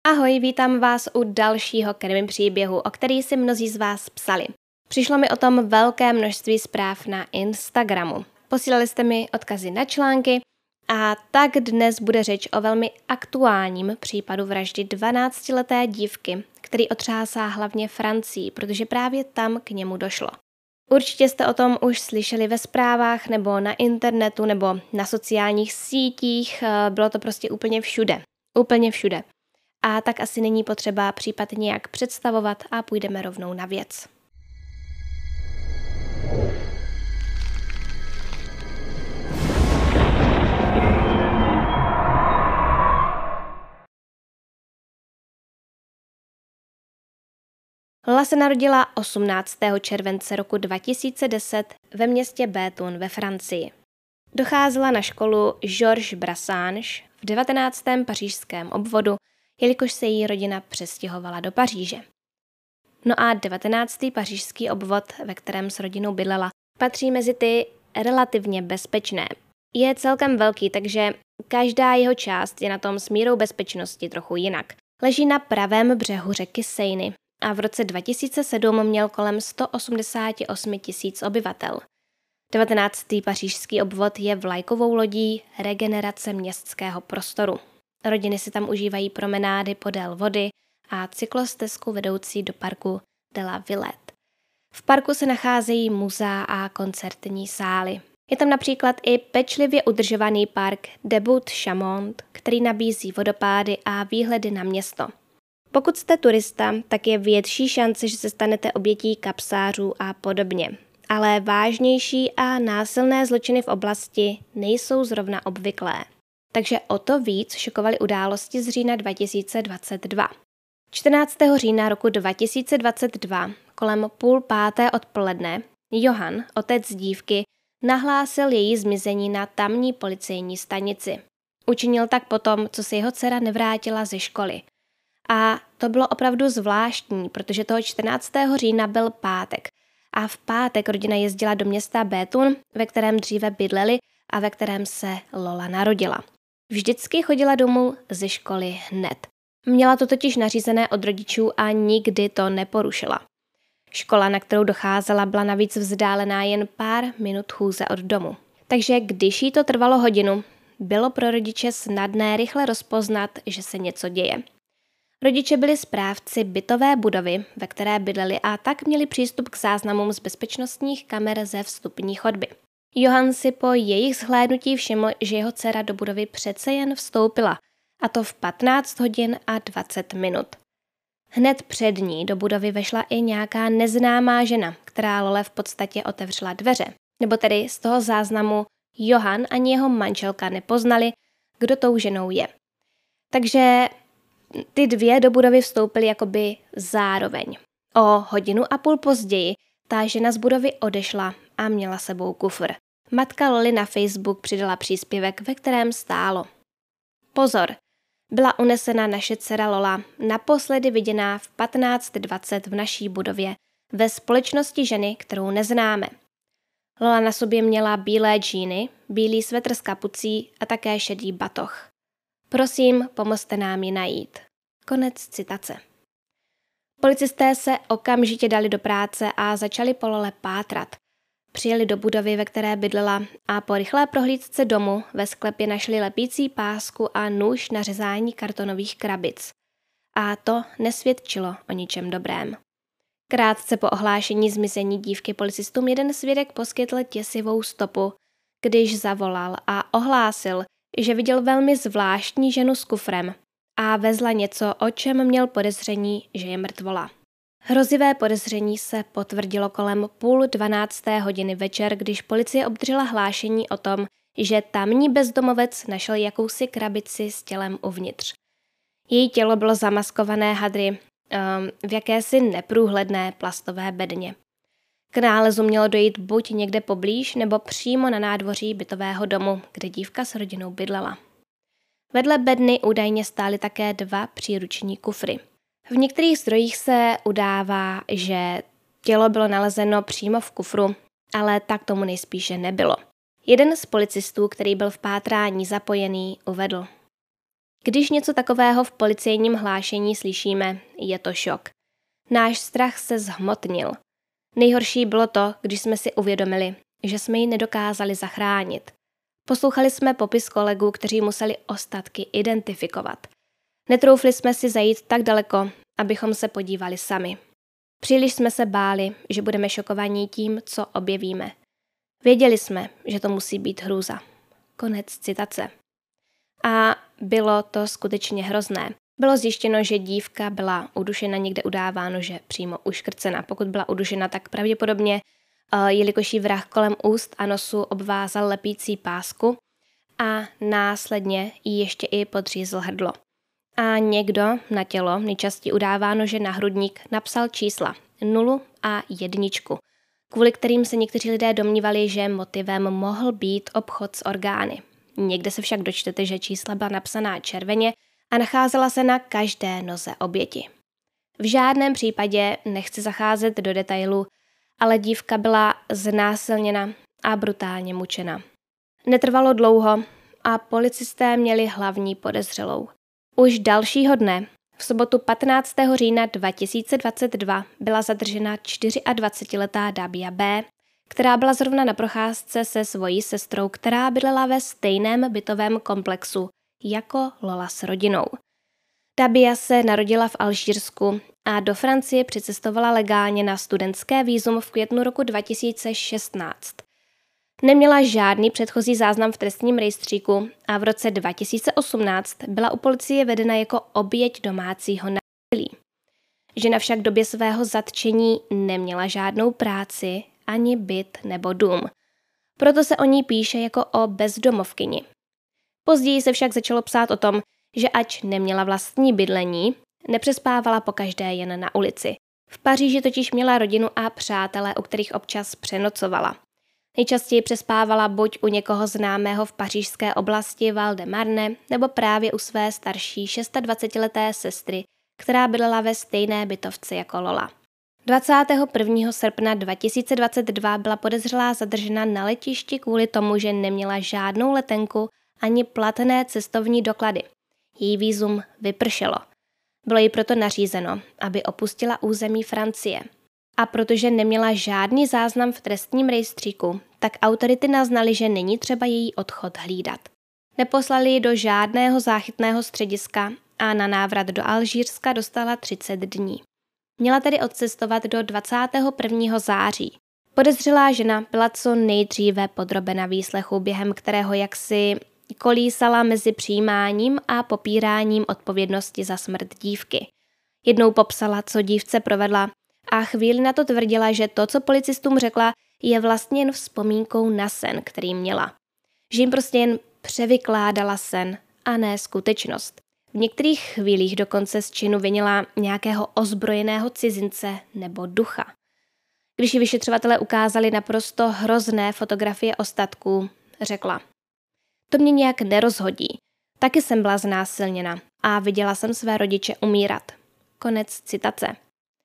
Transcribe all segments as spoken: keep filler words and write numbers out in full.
Ahoj, vítám vás u dalšího krimi příběhu, o který si mnozí z vás psali. Přišlo mi o tom velké množství zpráv na Instagramu. Posílali jste mi odkazy na články a tak dnes bude řeč o velmi aktuálním případu vraždy dvanáctileté dívky, který otřásá hlavně Francii, protože právě tam k němu došlo. Určitě jste o tom už slyšeli ve zprávách nebo na internetu nebo na sociálních sítích, bylo to prostě úplně všude. Úplně všude. A tak asi není potřeba případ nějak představovat a půjdeme rovnou na věc. Lola se narodila osmnáctého července roku dva tisíce deset ve městě Béthune ve Francii. Docházela na školu Georges Brassens v devatenáctém pařížském obvodu, jelikož se její rodina přestěhovala do Paříže. No a devatenáctý pařížský obvod, ve kterém s rodinou bydlela, patří mezi ty relativně bezpečné. Je celkem velký, takže každá jeho část je na tom s mírou bezpečnosti trochu jinak. Leží na pravém břehu řeky Seiny a v roce dva tisíce sedm měl kolem sto osmdesát osm tisíc obyvatel. devatenáctý pařížský obvod je vlajkovou lodí regenerace městského prostoru. Rodiny si tam užívají promenády podél vody a cyklostezku vedoucí do parku de la Villette. V parku se nacházejí muzea a koncertní sály. Je tam například i pečlivě udržovaný park de Buttes-Chaumont, který nabízí vodopády a výhledy na město. Pokud jste turista, tak je větší šance, že se stanete obětí kapsářů a podobně. Ale vážnější a násilné zločiny v oblasti nejsou zrovna obvyklé. Takže o to víc šokovaly události z října dva tisíce dvacet dva. čtrnáctého října roku dva tisíce dvacet dva kolem půl páté odpoledne Johann, otec dívky, nahlásil její zmizení na tamní policejní stanici. Učinil tak potom, co se jeho dcera nevrátila ze školy. A to bylo opravdu zvláštní, protože toho čtrnáctého října byl pátek. A v pátek rodina jezdila do města Béthune, ve kterém dříve bydleli a ve kterém se Lola narodila. Vždycky chodila domů ze školy hned. Měla to totiž nařízené od rodičů a nikdy to neporušila. Škola, na kterou docházela, byla navíc vzdálená jen pár minut chůze od domu. Takže když jí to trvalo hodinu, bylo pro rodiče snadné rychle rozpoznat, že se něco děje. Rodiče byli správci bytové budovy, ve které bydleli, a tak měli přístup k záznamům z bezpečnostních kamer ze vstupní chodby. Johann si po jejich zhlédnutí všiml, že jeho dcera do budovy přece jen vstoupila, a to v patnáct hodin a dvacet minut. Hned před ní do budovy vešla i nějaká neznámá žena, která Lole v podstatě otevřela dveře. Nebo tedy z toho záznamu Johann ani jeho manželka nepoznali, kdo tou ženou je. Takže ty dvě do budovy vstoupily jakoby zároveň. O hodinu a půl později ta žena z budovy odešla a měla sebou kufr. Matka Loli na Facebook přidala příspěvek, ve kterém stálo: Pozor, byla unesena naše dcera Lola, naposledy viděná v patnáct dvacet v naší budově, ve společnosti ženy, kterou neznáme. Lola na sobě měla bílé džíny, bílý svetr s kapucí a také šedý batoh. Prosím, pomozte nám ji najít. Konec citace. Policisté se okamžitě dali do práce a začali po Lole pátrat. Přijeli do budovy, ve které bydlela, a po rychlé prohlídce domu ve sklepě našli lepící pásku a nůž na řezání kartonových krabic. A to nesvědčilo o ničem dobrém. Krátce po ohlášení zmizení dívky policistům jeden svědek poskytl děsivou stopu, když zavolal a ohlásil, že viděl velmi zvláštní ženu s kufrem a vezla něco, o čem měl podezření, že je mrtvola. Hrozivé podezření se potvrdilo kolem půl dvanácté hodiny večer, když policie obdržela hlášení o tom, že tamní bezdomovec našel jakousi krabici s tělem uvnitř. Její tělo bylo zamaskované hadry um, v jakési neprůhledné plastové bedně. K nálezu mělo dojít buď někde poblíž, nebo přímo na nádvoří bytového domu, kde dívka s rodinou bydlela. Vedle bedny údajně stály také dva příruční kufry. V některých zdrojích se udává, že tělo bylo nalezeno přímo v kufru, ale tak tomu nejspíše nebylo. Jeden z policistů, který byl v pátrání zapojený, uvedl: Když něco takového v policejním hlášení slyšíme, je to šok. Náš strach se zhmotnil. Nejhorší bylo to, když jsme si uvědomili, že jsme ji nedokázali zachránit. Poslouchali jsme popis kolegů, kteří museli ostatky identifikovat. Netroufli jsme si zajít tak daleko, abychom se podívali sami. Příliš jsme se báli, že budeme šokovaní tím, co objevíme. Věděli jsme, že to musí být hrůza. Konec citace. A bylo to skutečně hrozné. Bylo zjištěno, že dívka byla udušena někde udává nože, přímo uškrcena. Pokud byla udušena, tak pravděpodobně, jelikož jí vrah kolem úst a nosu obvázal lepící pásku a následně jí ještě i podřízl hrdlo. A někdo na tělo, nejčastěji udává nože na hrudník, napsal čísla nulu a jedničku, kvůli kterým se někteří lidé domnívali, že motivem mohl být obchod s orgány. Někde se však dočtete, že čísla byla napsaná červeně a nacházela se na každé noze oběti. V žádném případě nechci zacházet do detailů, ale dívka byla znásilněna a brutálně mučena. Netrvalo dlouho a policisté měli hlavní podezřelou. Už dalšího dne, v sobotu patnáctého října dva tisíce dvacet dva, byla zadržena dvacetičtyřletá Dabia B., která byla zrovna na procházce se svojí sestrou, která bydlela ve stejném bytovém komplexu jako Lola s rodinou. Dabia se narodila v Alžírsku a do Francie přicestovala legálně na studentské vízum v květnu roku dva tisíce šestnáct. Neměla žádný předchozí záznam v trestním rejstříku a v roce dva tisíce osmnáct byla u policie vedena jako oběť domácího násilí. Žena však v době svého zatčení neměla žádnou práci, ani byt nebo dům. Proto se o ní píše jako o bezdomovkyni. Později se však začalo psát o tom, že ač neměla vlastní bydlení, nepřespávala pokaždé jen na ulici. V Paříži totiž měla rodinu a přátele, u kterých občas přenocovala. Nejčastěji přespávala buď u někoho známého v pařížské oblasti Val-de-Marne, nebo právě u své starší dvacetišestileté sestry, která bydlela ve stejné bytovce jako Lola. dvacátého prvního srpna dva tisíce dvacet dva byla podezřelá zadržena na letišti kvůli tomu, že neměla žádnou letenku ani platné cestovní doklady. Její vízum vypršelo. Bylo jí proto nařízeno, aby opustila území Francie. A protože neměla žádný záznam v trestním rejstříku, tak autority naznaly, že není třeba její odchod hlídat. Neposlali ji do žádného záchytného střediska a na návrat do Alžírska dostala třicet dní. Měla tedy odcestovat do dvacátého prvního září. Podezřelá žena byla co nejdříve podrobena výslechu, během kterého jaksi kolísala mezi přijímáním a popíráním odpovědnosti za smrt dívky. Jednou popsala, co dívce provedla, a chvíli na to tvrdila, že to, co policistům řekla, je vlastně jen vzpomínkou na sen, který měla. Že jim prostě jen převykládala sen a ne skutečnost. V některých chvílích dokonce z činu vinila nějakého ozbrojeného cizince nebo ducha. Když ji vyšetřovatelé ukázali naprosto hrozné fotografie ostatků, řekla: to mě nějak nerozhodí. Taky jsem byla znásilněna a viděla jsem své rodiče umírat. Konec citace.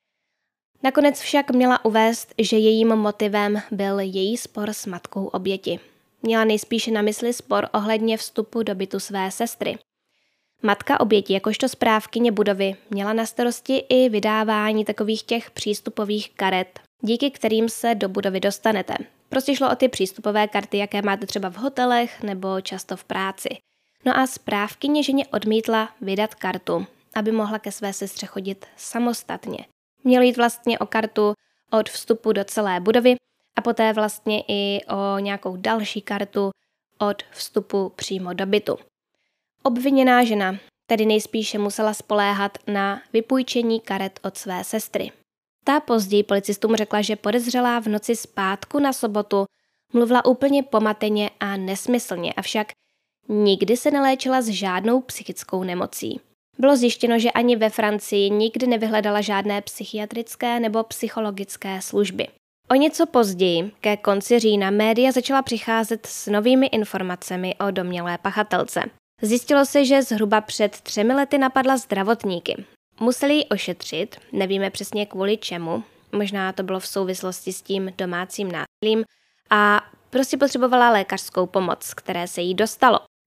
Nakonec však měla uvést, že jejím motivem byl její spor s matkou oběti. Měla nejspíše na mysli spor ohledně vstupu do bytu své sestry. Matka oběti, jakožto správkyně budovy, měla na starosti i vydávání takových těch přístupových karet, díky kterým se do budovy dostanete. Prostě šlo o ty přístupové karty, jaké máte třeba v hotelech nebo často v práci. No a správkyně ženě odmítla vydat kartu, aby mohla ke své sestře chodit samostatně. Mělo jít vlastně o kartu od vstupu do celé budovy a poté vlastně i o nějakou další kartu od vstupu přímo do bytu. Obviněná žena tedy nejspíše musela spoléhat na vypůjčení karet od své sestry. Ta později policistům řekla, že podezřelá v noci z pátku na sobotu mluvila úplně pomateně a nesmyslně, avšak nikdy se neléčila s žádnou psychickou nemocí. Bylo zjištěno, že ani ve Francii nikdy nevyhledala žádné psychiatrické nebo psychologické služby. O něco později, ke konci října, média začala přicházet s novými informacemi o domnělé pachatelce. Zjistilo se, že zhruba před třemi lety napadla zdravotníky. Museli ji ošetřit, nevíme přesně kvůli čemu, možná to bylo v souvislosti s tím domácím násilím, a prostě potřebovala lékařskou pomoc, které se jí dostalo.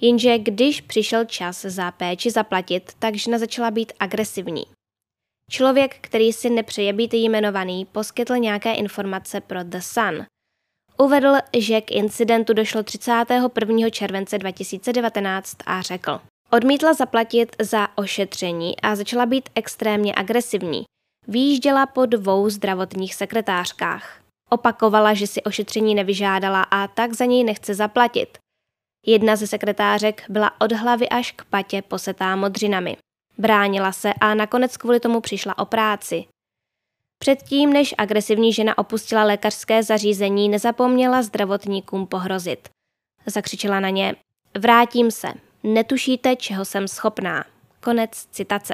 Jenže když přišel čas za péči zaplatit, tak žena začala být agresivní. Člověk, který si nepřeje být jmenovaný, poskytl nějaké informace pro The Sun. Uvedl, že k incidentu došlo třicátého prvního července dva tisíce devatenáct a řekl: odmítla zaplatit za ošetření a začala být extrémně agresivní. Vyjížděla po dvou zdravotních sekretářkách. Opakovala, že si ošetření nevyžádala a tak za něj nechce zaplatit. Jedna ze sekretářek byla od hlavy až k patě posetá modřinami. Bránila se a nakonec kvůli tomu přišla o práci. Předtím, než agresivní žena opustila lékařské zařízení, nezapomněla zdravotníkům pohrozit. Zakřičela na ně: vrátím se, netušíte, čeho jsem schopná. Konec citace.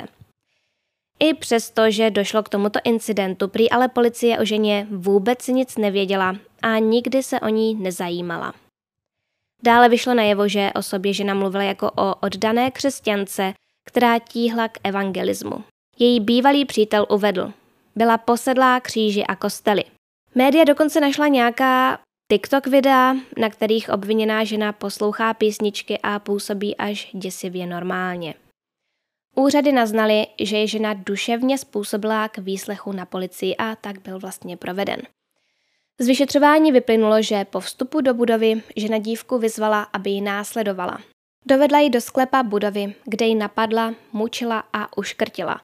I přesto, že došlo k tomuto incidentu, prý ale policie o ženě vůbec nic nevěděla a nikdy se o ní nezajímala. Dále vyšlo najevo, že o sobě žena mluvila jako o oddané křesťance, která tíhla k evangelismu. Její bývalý přítel uvedl: byla posedlá kříži a kostely. Média dokonce našla nějaká TikTok videa, na kterých obviněná žena poslouchá písničky a působí až děsivě normálně. Úřady naznaly, že je žena duševně způsobilá k výslechu na policii a tak byl vlastně proveden. Z vyšetřování vyplynulo, že po vstupu do budovy žena dívku vyzvala, aby ji následovala. Dovedla ji do sklepa budovy, kde ji napadla, mučila a uškrtila.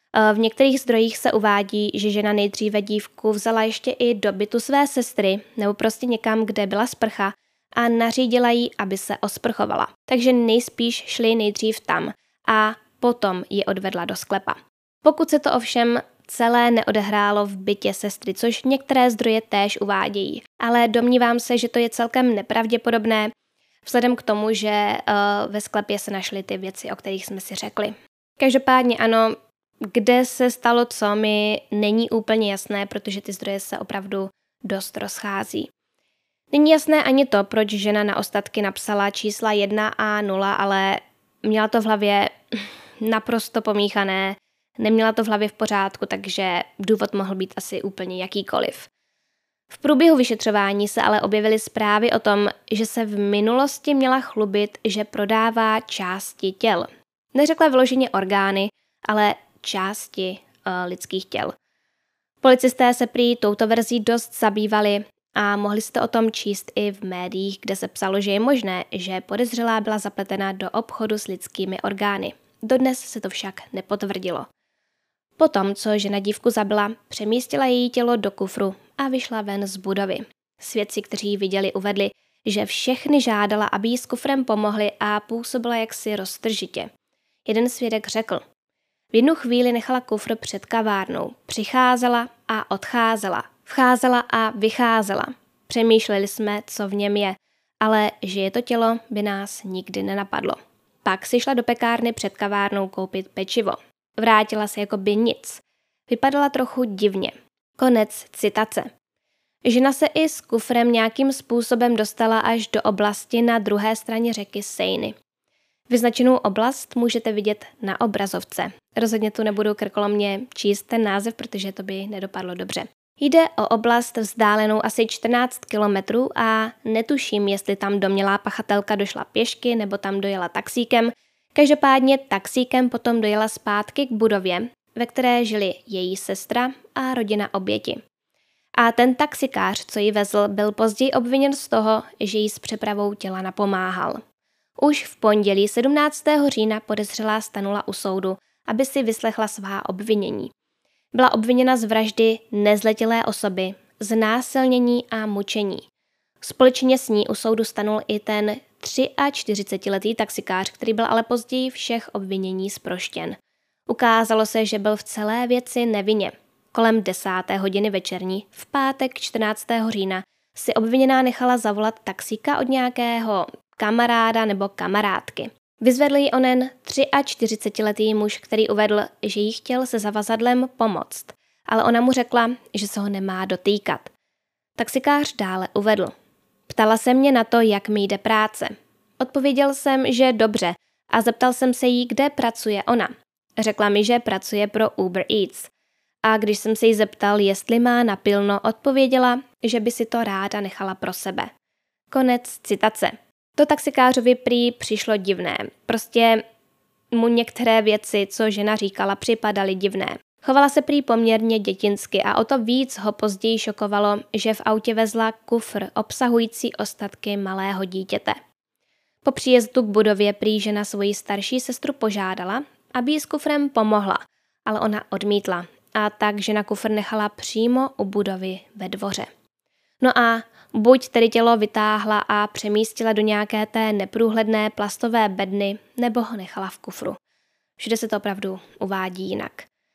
V některých zdrojích se uvádí, že žena nejdříve dívku vzala ještě i do bytu své sestry nebo prostě někam, kde byla sprcha a nařídila jí, aby se osprchovala. Takže nejspíš šli nejdřív tam a potom ji odvedla do sklepa. Pokud se to ovšem celé neodehrálo v bytě sestry, což některé zdroje též uvádějí, ale domnívám se, že to je celkem nepravděpodobné, vzhledem k tomu, že uh, ve sklepě se našly ty věci, o kterých jsme si řekli. Každopádně ano, kde se stalo co, mi není úplně jasné, protože ty zdroje se opravdu dost rozchází. Není jasné ani to, proč žena na ostatky napsala čísla jedna a nula, ale měla to v hlavě naprosto pomíchané, neměla to v hlavě v pořádku, takže důvod mohl být asi úplně jakýkoliv. V průběhu vyšetřování se ale objevily zprávy o tom, že se v minulosti měla chlubit, že prodává části těl. Neřekla vyloženě orgány, ale části uh, lidských těl. Policisté se prý touto verzí dost zabývali a mohli jste o tom číst i v médiích, kde se psalo, že je možné, že podezřelá byla zapletena do obchodu s lidskými orgány. Dodnes se to však nepotvrdilo. Potom, co žena dívku zabila, přemístila její tělo do kufru a vyšla ven z budovy. Svědci, kteří ji viděli, uvedli, že všechny žádala, aby jí s kufrem pomohli a působila jaksi roztržitě. Jeden svědek řekl: v jednu chvíli nechala kufr před kavárnou, přicházela a odcházela, vcházela a vycházela. Přemýšleli jsme, co v něm je, ale že je to tělo, by nás nikdy nenapadlo. Pak si šla do pekárny před kavárnou koupit pečivo. Vrátila se jako by nic. Vypadala trochu divně. Konec citace. Žena se i s kufrem nějakým způsobem dostala až do oblasti na druhé straně řeky Seiny. Vyznačenou oblast můžete vidět na obrazovce. Rozhodně tu nebudu krkolomně číst ten název, protože to by nedopadlo dobře. Jde o oblast vzdálenou asi čtrnáct kilometrů a netuším, jestli tam domnělá pachatelka došla pěšky nebo tam dojela taxíkem. Každopádně taxíkem potom dojela zpátky k budově, ve které žili její sestra a rodina oběti. A ten taxikář, co ji vezl, byl později obviněn z toho, že jí s přepravou těla napomáhal. Už v pondělí sedmnáctého října podezřelá stanula u soudu, aby si vyslechla svá obvinění. Byla obviněna z vraždy nezletilé osoby, znásilnění a mučení. Společně s ní u soudu stanul i ten čtyřicetiletý taxikář, který byl ale později všech obvinění zproštěn. Ukázalo se, že byl v celé věci nevinně. Kolem desáté hodiny večerní v pátek čtrnáctého října si obviněná nechala zavolat taxíka od nějakého kamaráda nebo kamarádky. Vyzvedl ji onen čtyřicetiletý muž, který uvedl, že jí chtěl se zavazadlem pomoct, ale ona mu řekla, že se ho nemá dotýkat. Taxikář dále uvedl: ptala se mě na to, jak mi jde práce. Odpověděl jsem, že dobře, a zeptal jsem se jí, kde pracuje ona. Řekla mi, že pracuje pro Uber Eats. A když jsem se jí zeptal, jestli má napilno, odpověděla, že by si to ráda nechala pro sebe. Konec citace. To taxikářovi prý přišlo divné. Prostě mu některé věci, co žena říkala, připadaly divné. Chovala se prý poměrně dětinsky a o to víc ho později šokovalo, že v autě vezla kufr obsahující ostatky malého dítěte. Po příjezdu k budově prý žena svoji starší sestru požádala, aby jí s kufrem pomohla, ale ona odmítla a tak žena kufr nechala přímo u budovy ve dvoře. No a buď tedy tělo vytáhla a přemístila do nějaké té neprůhledné plastové bedny, nebo ho nechala v kufru. Všude se to opravdu uvádí jinak.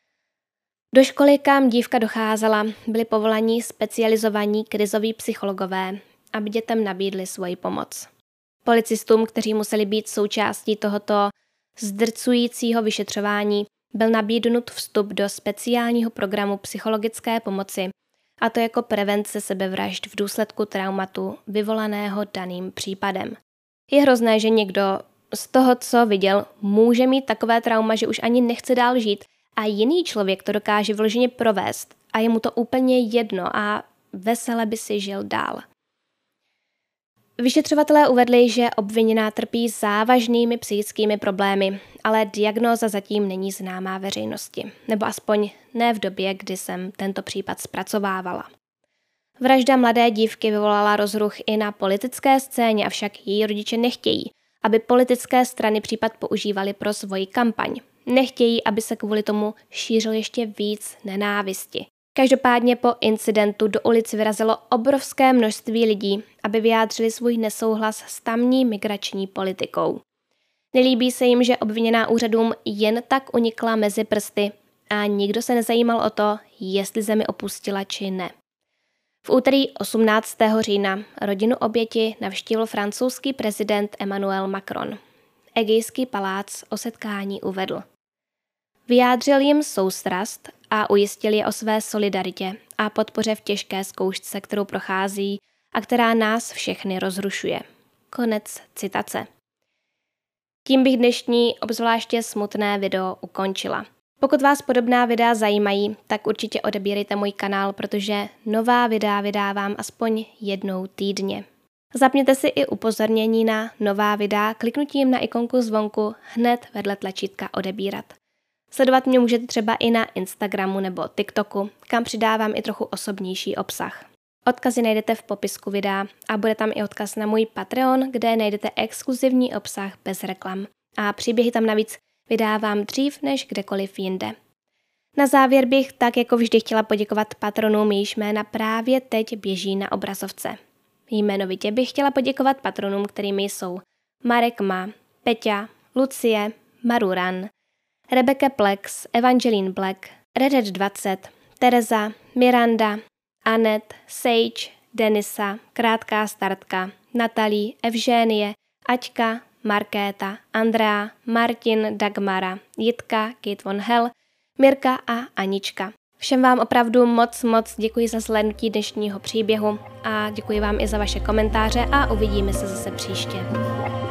Do školy, kam dívka docházela, byli povolaní specializovaní krizoví psychologové, aby dětem nabídli svoji pomoc. Policistům, kteří museli být součástí tohoto zdrcujícího vyšetřování, byl nabídnut vstup do speciálního programu psychologické pomoci, a to jako prevence sebevražd v důsledku traumatu vyvolaného daným případem. Je hrozné, že někdo z toho, co viděl, může mít takové trauma, že už ani nechce dál žít a jiný člověk to dokáže vyloženě provést a je mu to úplně jedno a vesele by si žil dál. Vyšetřovatelé uvedli, že obviněná trpí závažnými psychickými problémy, ale diagnóza zatím není známá veřejnosti, nebo aspoň ne v době, kdy jsem tento případ zpracovávala. Vražda mladé dívky vyvolala rozruch i na politické scéně, avšak její rodiče nechtějí, aby politické strany případ používaly pro svoji kampaň. Nechtějí, aby se kvůli tomu šířil ještě víc nenávisti. Každopádně po incidentu do ulic vyrazilo obrovské množství lidí, aby vyjádřili svůj nesouhlas s tamní migrační politikou. Nelíbí se jim, že obviněná úřadům jen tak unikla mezi prsty a nikdo se nezajímal o to, jestli zemi opustila či ne. V úterý osmnáctého října rodinu oběti navštívil francouzský prezident Emmanuel Macron. Egejský palác o setkání uvedl. Vyjádřil jim soustrast a ujistil je o své solidaritě a podpoře v těžké zkoušce, kterou prochází a která nás všechny rozrušuje. Konec citace. Tím bych dnešní obzvláště smutné video ukončila. Pokud vás podobná videa zajímají, tak určitě odebírejte můj kanál, protože nová videa vydávám aspoň jednou týdně. Zapněte si i upozornění na nová videa kliknutím na ikonku zvonku hned vedle tlačítka odebírat. Sledovat mě můžete třeba i na Instagramu nebo TikToku, kam přidávám i trochu osobnější obsah. Odkazy najdete v popisku videa a bude tam i odkaz na můj Patreon, kde najdete exkluzivní obsah bez reklam. A příběhy tam navíc vydávám dřív než kdekoliv jinde. Na závěr bych tak jako vždy chtěla poděkovat patronům, jejichž jména právě teď běží na obrazovce. Jmenovitě bych chtěla poděkovat patronům, kterými jsou Marek Ma, Peťa, Lucie, Maruran, Rebecca Plex, Evangeline Black, Red dvacet, Tereza, Miranda, Anet, Sage, Denisa, Krátká startka, Natalie, Evženie, Aťka, Markéta, Andrea, Martin, Dagmara, Jitka, Kate von Hell, Mirka a Anička. Všem vám opravdu moc, moc děkuji za zhlédnutí dnešního příběhu a děkuji vám i za vaše komentáře a uvidíme se zase příště.